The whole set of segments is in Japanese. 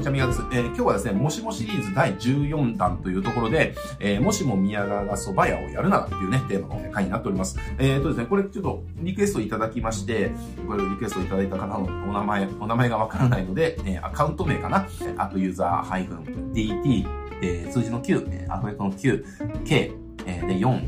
ちは宮です。今日はですね、もしもシリーズ第14弾というところで、もしも宮川が蕎麦屋をやるならっていうね、テーマの回になっております。ですね、これちょっとリクエストいただきまして、これリクエストいただいた方のお名前がわからないので、アカウント名かな、アットユーザー -dt、数字の9、アルファベットの9、K、で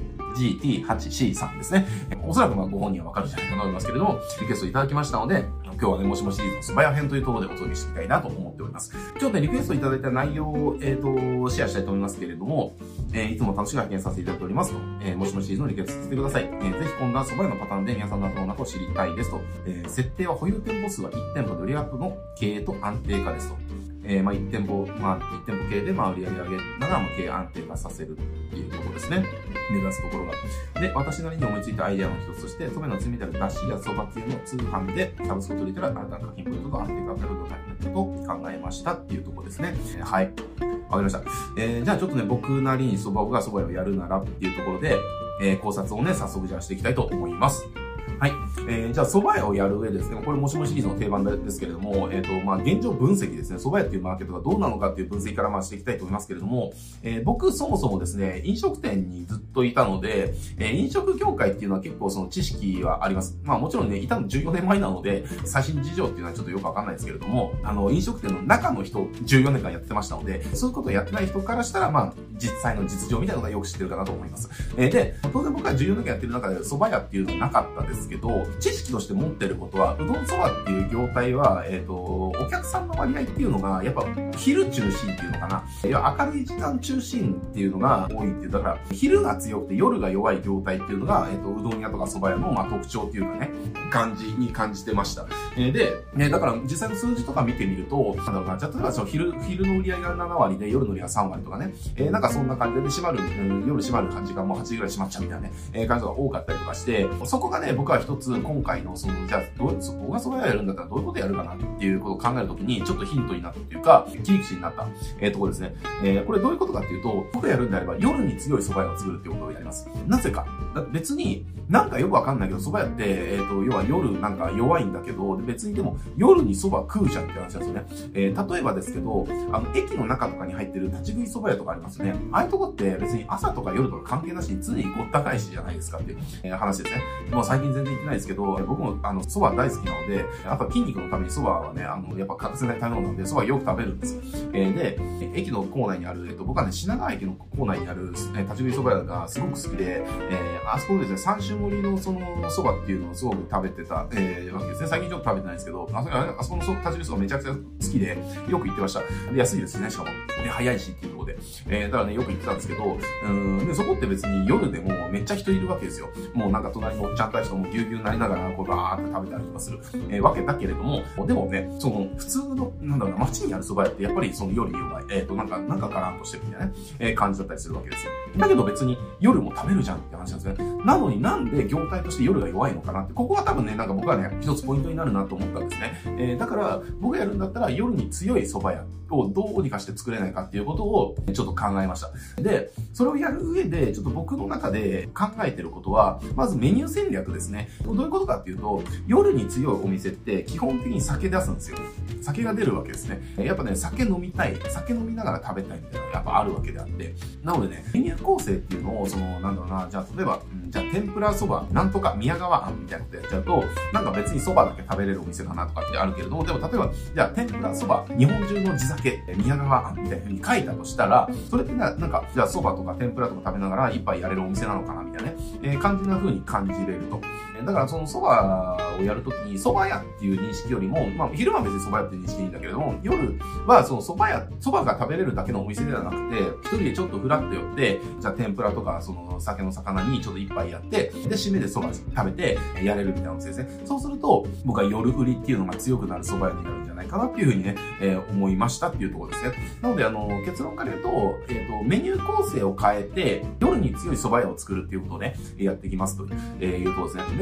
4、GT8C さんですね。おそらくご本人はわかるんじゃないかと思いますけれども、リクエストいただきましたので、今日はね、もしもシリーズの蕎麦屋編というところでお届けしていきたいなと思っております。ちょっとね、リクエストいただいた内容を、シェアしたいと思いますけれども、いつも楽しく拝見させていただいておりますと、もしもシリーズのリクエストさせてください。ぜひ今度は蕎麦屋のパターンで皆さんの後の中を知りたいですと、設定は保有店舗数は1店舗で売りアップの経営と安定化ですと。1店舗経営で売り上げ上げながら経営安定化させるっていうことですね。目指すところが。で、私なりに思いついたアイデアの一つとして、蕎麦の積みであるだしや蕎麦系の通販でサブスクを取りたら新たな課金ポイントと安定化を図ることができると考えましたっていうところですね。はい。わかりました。じゃあちょっとね、僕なりに蕎麦が蕎麦屋をやるならっていうところで、考察をね、早速じゃあしていきたいと思います。はい。じゃあ、蕎麦屋をやる上ですね、これもしもシリーズの定番ですけれども、現状分析ですね、蕎麦屋っていうマーケットがどうなのかっていう分析からしていきたいと思いますけれども、僕そもそもですね、飲食店にずっといたので、飲食業界っていうのは結構その知識はあります。もちろんね、いたの14年前なので、最新事情っていうのはちょっとよくわかんないですけれども、飲食店の中の人、14年間やってましたので、そういうことをやってない人からしたら、実際の実情みたいなのがよく知ってるかなと思います。で、当然僕は14年間やってる中で蕎麦屋っていうのはなかったですけど、知識として持ってることは、うどんそばっていう業態は、お客さんの割合っていうのが、やっぱ昼中心っていうのかな。要は明るい時間中心っていうのが多いっていう、だから、昼が強くて夜が弱い業態っていうのが、うどん屋とか蕎麦屋の、特徴っていうかね、感じてました。で、だから実際の数字とか見てみると、じゃあ例えばその昼の売り上げが7割で夜の売り上げが3割とかね、なんかそんな感じで夜閉まる時間も8時ぐらい閉まっちゃうみたいなね、感じが多かったりとかして、そこがね、僕は一つ今回のじゃあ、僕が蕎麦屋やるんだったらどういうことやるかなっていうことを考えるときに、ちょっとヒントになったっていうか、切り口になった、ところですね。これどういうことかっていうと、僕がやるんであれば夜に強い蕎麦屋を作るっていうことをやります。なぜか。別に、なんかよくわかんないけど、蕎麦屋って、要は夜なんか弱いんだけど、別にでも夜に蕎麦食うじゃんって話なんですよね。例えばですけど、駅の中とかに入ってる立ち食い蕎麦屋とかありますよね。ああいうとこって別に朝とか夜とか関係なしに常にごった返しじゃないですかっていう、話ですね。もう最近全然行ってないですけど、僕も蕎麦大好きなので、あとは筋肉のために蕎麦はね、やっぱ欠かせない食べ物なので、蕎麦よく食べるんです。で、駅の構内にある、僕はね、品川駅の構内にある、立ち食い蕎麦屋がすごく好きで、あそこですね、3種盛りのその蕎麦っていうのをすごく食べてた、わけですね。最近ちょっと食べてないんですけど、あそこの立ち食い蕎麦めちゃくちゃ好きで、よく行ってました。で、安いですね、しかも。で、早いしっていうところで。だからね、よく行ってたんですけど、で、そこって別に夜でもめっちゃ人いるわけですよ。もうなんか隣のおっちゃんたちともぎゅうぎゅうになりながら、こうバーって食べたりとかする、わけだけれども、でもね、その、普通の、街にある蕎麦屋ってやっぱりその夜に弱い、なんかガランとしてるみたいなね、感じだったりするわけですよ。だけど別に夜も食べるじゃんって話なんですね。なのになんで業態として夜が弱いのかなって、ここは多分ね、僕はね、一つポイントになるなと思ったんですね。だから、僕がやるんだったら夜に強い蕎麦屋をどうにかして作れないかっていうことをちょっと考えました。で、それをやる上で、ちょっと僕の中で考えてることは、まずメニュー戦略ですね。どういうことかっていうと、夜に強いお店って基本的に酒出すんですよ。酒が出るわけですね。やっぱね、酒飲みたい、酒飲みながら食べたいみたいなのがやっぱあるわけであって。なのでね、メニュー構成っていうのを、じゃあ例えば、じゃあ天ぷらそば、なんとか宮川庵みたいなことやっちゃうと、なんか別にそばだけ食べれるお店かなとかってあるけれども、でも例えば、じゃあ天ぷらそば、日本中の地酒、宮川庵みたいな風に書いたとしたら、それってなんか、じゃあそばとか天ぷらとか食べながら一杯やれるお店なのかなみたいなね、感じな風に感じれると。だからその蕎麦をやるときに蕎麦屋っていう認識よりも、昼は別に蕎麦屋っていう認識でいいんだけれども、夜はその蕎麦が食べれるだけのお店ではなくて、一人でちょっとフラッと寄って、じゃあ天ぷらとかその酒の魚にちょっと一杯やって、で、締めで蕎麦食べてやれるみたいなお店ですね。そうすると、僕は夜売りっていうのが強くなる蕎麦屋になるんじゃないかなっていうふうにね、思いましたっていうところですね。なので、結論から言うと、メニュー構成を変えて、夜に強い蕎麦屋を作るっていうことをね、やっていきますというところですね。で、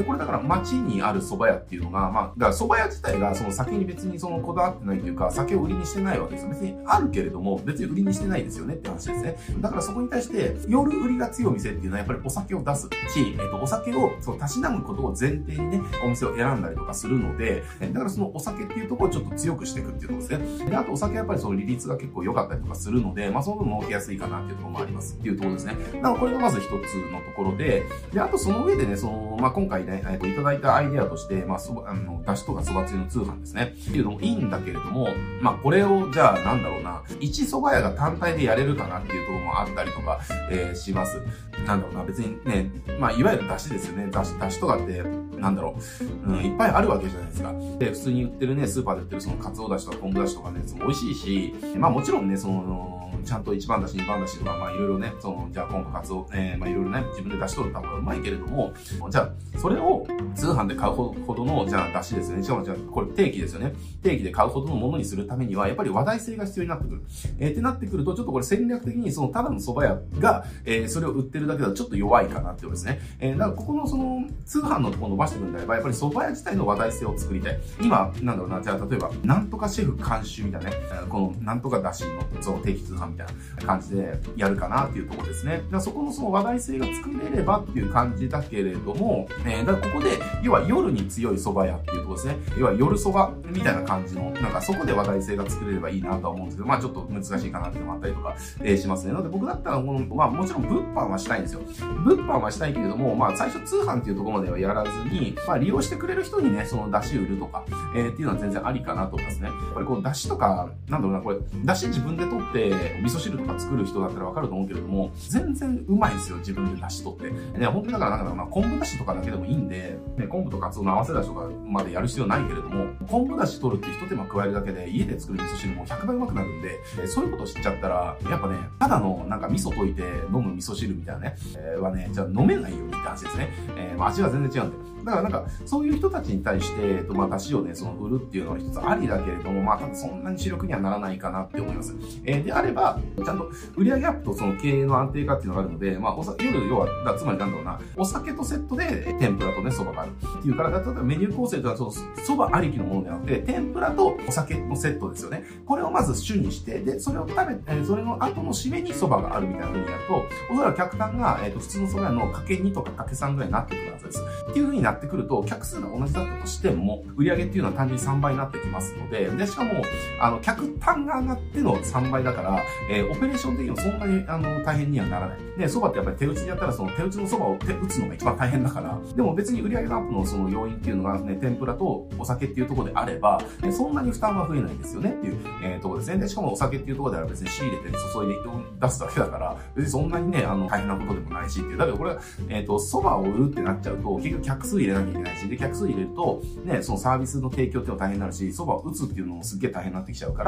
これだから街にある蕎麦屋っていうのが、まあ、だから蕎麦屋自体がその酒に別にそのこだわってないというか、酒を売りにしてないわけですよ。別にあるけれども、別に売りにしてないですよねって話ですね。だからそこに対して、夜売りが強い店っていうのはやっぱりお酒を出すし、お酒をそうたしなむことを前提にね、お店を選んだりとかするので、だからそのお酒っていうところをちょっと強くしていくっていうところですね。で、あとお酒はやっぱりその利率が結構良かったりとかするので、まあその分儲けやすいかなっていうところもありますっていうところですね。だからこれがまず一つのところで、で、あとその上でね、まあ今回ね、いただいたアイデアとして、まあだしとか蕎麦つゆの通販ですね。っていうのもいいんだけれども、まあこれをじゃあなんだろうな、一蕎麦屋が単体でやれるかなっていうところもあったりとか、します。なんだろうな、別にね、まあいわゆるだしですよね。だしとかって、なんだろう、いっぱいあるわけじゃないですか。で、普通に売ってるね、スーパーで売ってるその鰹だしとか昆布だしとかね、美味しいし、まあもちろんね、ちゃんと1番だし、2番だしとか、まあいろいろね、じゃあ昆布、鰹、まあいろいろね、自分で出し取る方がうまいけれども、じゃあ、それを通販で買うほどの、じゃあ出汁ですよね。しかもじゃあ、これ定期ですよね。定期で買うほどのものにするためには、やっぱり話題性が必要になってくる。ってなってくると、ちょっとこれ戦略的に、ただの蕎麦屋が、それを売ってるだけだとちょっと弱いかなってことですね。だからここの通販のところを伸ばしていくんであれば、やっぱり蕎麦屋自体の話題性を作りたい。今、なんだろうな、じゃあ例えば、なんとかシェフ監修みたいなね、このなんとか出汁の定期通販みたいな感じでやるかなっていうところですね。だからそこの話題性が作れればっていう感じだけれども、だからここで、要は夜に強い蕎麦屋っていうところですね。要は夜蕎麦みたいな感じの、なんかそこで話題性が作れればいいなとは思うんですけど、まあちょっと難しいかなっていうのもあったりとか、しますね。なので僕だったらまあもちろん物販はしたいんですよ。物販はしたいけれども、まあ最初通販っていうところまではやらずに、まあ利用してくれる人にね、その出汁売るとか、っていうのは全然ありかなと思いますね。やっぱりこの出汁とか、なんだろうな、これ、出汁自分で取って、味噌汁とか作る人だったらわかると思うけれども、全然うまいんですよ、自分で出汁取って。ね、本当にだからなんかまあ昆布出汁とかだけでもいいんで、ね、昆布とカツオの合わせ出汁とかまでやる必要ないけれども、昆布出汁取るっていう一手間加えるだけで、家で作る味噌汁も100倍うまくなるんで、そういうことを知っちゃったら、やっぱね、ただのなんか味噌溶いて飲む味噌汁みたいなね、はね、じゃあ飲めないようにって話ですね。まあ味は全然違うんで。だからなんか、そういう人たちに対して、まあ、出汁をね、売るっていうのは一つありだけれども、まあ、多分そんなに主力にはならないかなって思います。であれば、ちゃんと売上アップとその経営の安定化っていうのがあるので、まあ、夜、要は、つまりなんだろうな、お酒とセットで、天ぷらとね、蕎麦があるっていうから、例えばメニュー構成というのは、蕎麦ありきのものではなくて、天ぷらとお酒のセットですよね。これをまず主にして、で、それをそれの後の締めに蕎麦があるみたいな風にやると、おそらく客単が、普通の蕎麦屋のかけ2とかかけ3ぐらいになってくるはずです。っていう風になってくると、客数が同じだったとしても、売上っていうのは単純に3倍になってきますので、で、しかも、客単が上がっての3倍だから、オペレーション的にもそんなに、大変にはならない。で、蕎麦ってやっぱり手打ちでやったら、その手打ちの蕎麦を打つのが一番大変だから、でも別に売上のアップのその要因っていうのがね、天ぷらとお酒っていうところであれば、そんなに負担は増えないですよねっていう、ところですね。で、しかもお酒っていうところであれば別に仕入れて注いで出すだけだから、別にそんなにね、大変なことでもないしっていう。だけどこれ、蕎麦を売るってなっちゃうと、結局客数入れなきゃいけないし、で、客数入れると、ね、そのサービスの提供っていうのは大変になるし、蕎麦を打つっていうのもすっげえ大変になってきちゃうから、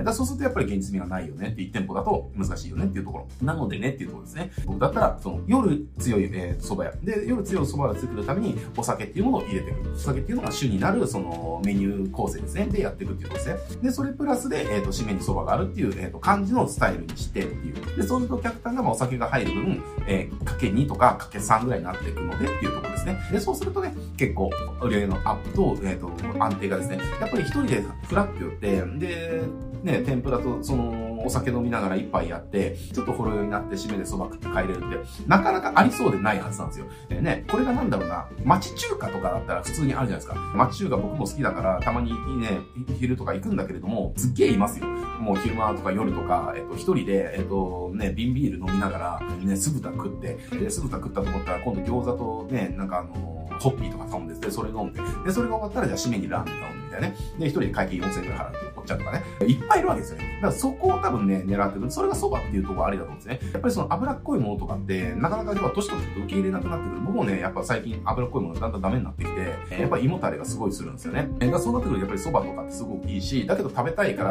そうするとやっぱり現実味がないよねっていう店舗だと難しいよねっていうところ。なのでねっていうところですね。僕だったら、夜強い蕎麦屋。で、夜強い蕎麦を作るために、お酒っていうものを入れていく。お酒っていうのが主になる、メニュー構成ですね。で、やっていくっていうことですね。で、それプラスで、締めに蕎麦があるっていう、感じのスタイルにしてっていう。で、そうすると客単がお酒が入る分、かけ2とかかけ3ぐらいになっていくのでっていうところですね。で、そうするとね、結構、売上のアップと、安定がですね、やっぱり一人でフラッと寄って、で、ね、天ぷらとお酒飲みながら一杯やって、ちょっとほろ酔いになって締めで蕎麦食って帰れるって、なかなかありそうでないはずなんですよ。ね、これがなんだろうな、町中華とかだったら普通にあるじゃないですか。町中華僕も好きだから、たまにね、昼とか行くんだけれども、すっげえいますよ。もう昼間とか夜とか、一人で、ね、瓶ビール飲みながら、ね、酢豚食って、で、酢豚食ったと思ったら、今度餃子とね、なんかホッピーとか頼んでて、それ飲んで、で、それが終わったら、じゃあ締めにラーメン頼むみたいなね。で、一人で会計4000円くらい払うっていうおっちゃんとかね。いっぱいいるわけですよね。だからそこを多分ね、狙ってる。それが蕎麦っていうところありだと思うんですね。やっぱりその脂っこいものとかって、なかなか要は年取ってくると受け入れなくなってくる。僕もね、やっぱ最近脂っこいものがだんだんダメになってきて、やっぱり胃もたれがすごいするんですよね。だからそうなってくるとやっぱり蕎麦とかってすごくいいし、だけど食べたいから、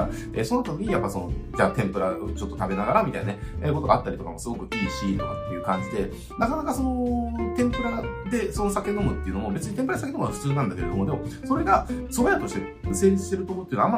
その時にやっぱじゃあ天ぷらをちょっと食べながらみたいなね、ことがあったりとかもすごくいいし、とかっていう感じで、なかなか天ぷらで酒飲むっていうのも別に天ぷらで酒飲むのは普通なんだけれども、でも、それが蕎麦屋として成立してるところっていうのはあんまないと思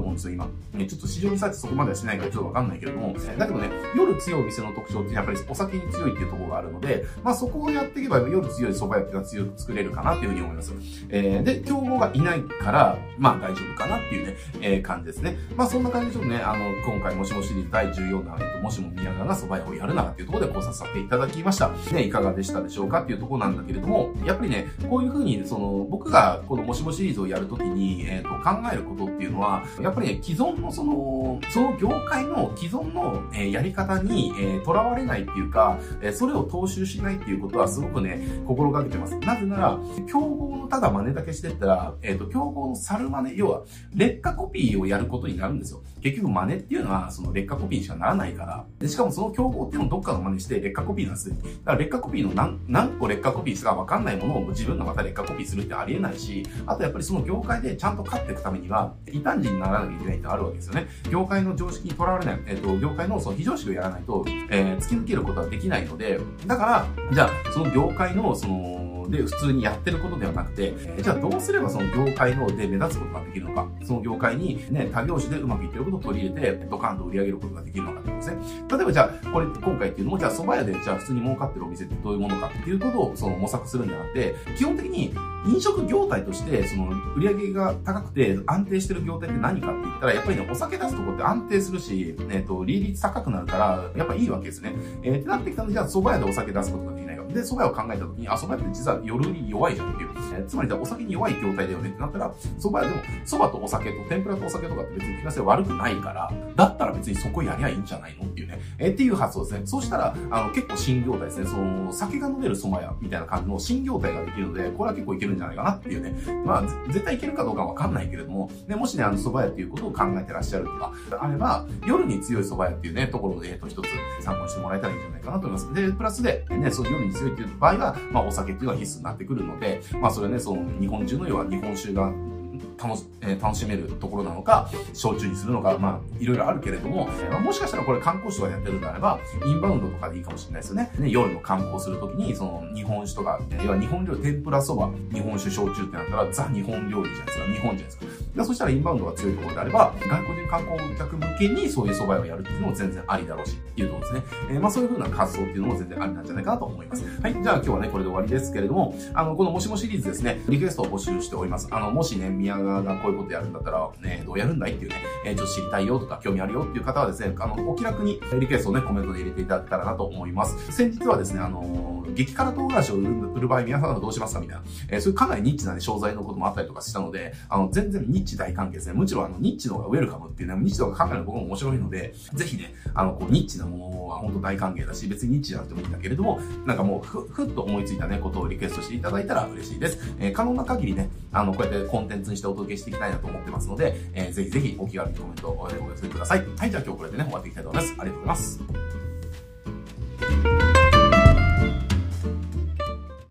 思うんですよ、今。ちょっと市場リサーチそこまではしないからちょっとわかんないけれども、だけどね、夜強い店の特徴ってやっぱりお酒に強いっていうところがあるので、まあそこをやっていけば夜強い蕎麦屋っていうのは強く作れるかなっていうふうに思います。で、競合がいないから、まあ大丈夫かなっていうね、感じですね。まあそんな感じでちょっとね、今回もしもシリーズ第14弾、もしも宮川が蕎麦屋をやるならっていうところで考察させていただきました。ね、いかがでしたでしょうかっていうところなんだけれども、やっぱりね、こういうふうに、僕がこのもしもシリーズをやるときに、考えることっていうのは、やっぱりね、既存のその業界の既存の、やり方に、とらわれないっていうか、それを踏襲しないっていうことはすごくね、心がけてます。なぜなら、競合のただ真似だけしてったら、競合の猿真似、要は、劣化コピーをやることになるんですよ。結局真似っていうのは、その劣化コピーにしかならないから。でしかもその競合っていうのをどっかの真似して劣化コピーなんですね。だから劣化コピーの何個劣化コピーしかわかんないものを自分がまた劣化コピーするってありえないし、あとやっぱりその業界でちゃんと勝っていくためには、異端児にならなきゃいけないってあるわけですよね。業界の常識にとらわれない、業界のその非常識をやらないと、突き抜けることはできないので、だから、じゃあ、その業界ので、普通にやってることではなくて、じゃあどうすればその業界ので目立つことができるのか、その業界にね、他業種でうまくいってることを取り入れて、ドカンと売り上げることができるのかってことですね。例えばじゃあ、今回っていうのも、じゃあ蕎麦屋でじゃあ普通に儲かってるお店ってどういうものかっていうことを模索するんじゃなくて、基本的に飲食業態として、売り上げが高くて安定してる業態って何かって言ったら、やっぱりね、お酒出すとこって安定するし、利率高くなるから、やっぱいいわけですね。ってなってきたので、じゃあ蕎麦屋でお酒出すことができないか。で、蕎麦屋を考えたときに、蕎麦屋って実は夜に弱いじゃんっていう。つまりじゃあお酒に弱い業態だよねってなったら、蕎麦屋でも、蕎麦とお酒と天ぷらとお酒とかって別に気がせ悪くないから、だったら別にそこやりゃいいんじゃないのっていうね。っていう発想ですね。そうしたら、結構新業態ですね。酒が飲める蕎麦屋みたいな感じの新業態ができるので、これは結構いけるんじゃないかなっていうね。まあ、絶対いけるかどうかはわかんないけれども、ね、もしね、蕎麦屋っていうことを考えてらっしゃるとか、あれば、夜に強い蕎麦屋っていうね、ところで、一つ参考にしてもらえたらいいんじゃないかなと思います。で、プラスで、ね、その夜に強いっていう場合は、まあ、お酒っていうのは必須になってくるので、まあ、それはね、日本中の要は日本酒が、楽しめるところなのか、焼酎にするのか、まあ、いろいろあるけれども、もしかしたらこれ観光地とかやってるんであれば、インバウンドとかでいいかもしれないですよね。夜の観光するときに、日本酒とか、要は日本料理、天ぷらそば、日本酒、焼酎ってなったら、ザ・日本料理じゃないですか。日本じゃないですか。そしたらインバウンドが強いところであれば、外国人観光客向けにそういう蕎麦屋をやるっていうのも全然ありだろうし、っていうところですね。まあそういう風な活動っていうのも全然ありなんじゃないかなと思います。はい。じゃあ今日はね、これで終わりですけれども、このもしもシリーズですね、リクエストを募集しております。もしね、宮川がこういうことやるんだったら、ね、どうやるんだいっていうね、ちょっと知りたいよとか興味あるよっていう方はですね、お気楽にリクエストをね、コメントで入れていただけたらなと思います。先日はですね、激辛唐辛子を売る場合、皆さんはどうしますかみたいな、そういうかなりニッチなね、商材のこともあったりとかしたので、全然ニッチ大歓迎ですね。むしろニッチの方がウェルカムっていうね、ニッチの方が考えるの僕も面白いので、ぜひね、ニッチなものは本当大歓迎だし、別にニッチじゃなくてもいいんだけれども、なんかもうふっと思いついたね、ことをリクエストしていただいたら嬉しいです。可能な限りね、こうやってコンテンツにしてお届けしていきたいなと思ってますので、ぜひぜひお気軽にコメントをお寄せください。はい、じゃあ今日これでね、終わっていきたいと思います。ありがとうございます。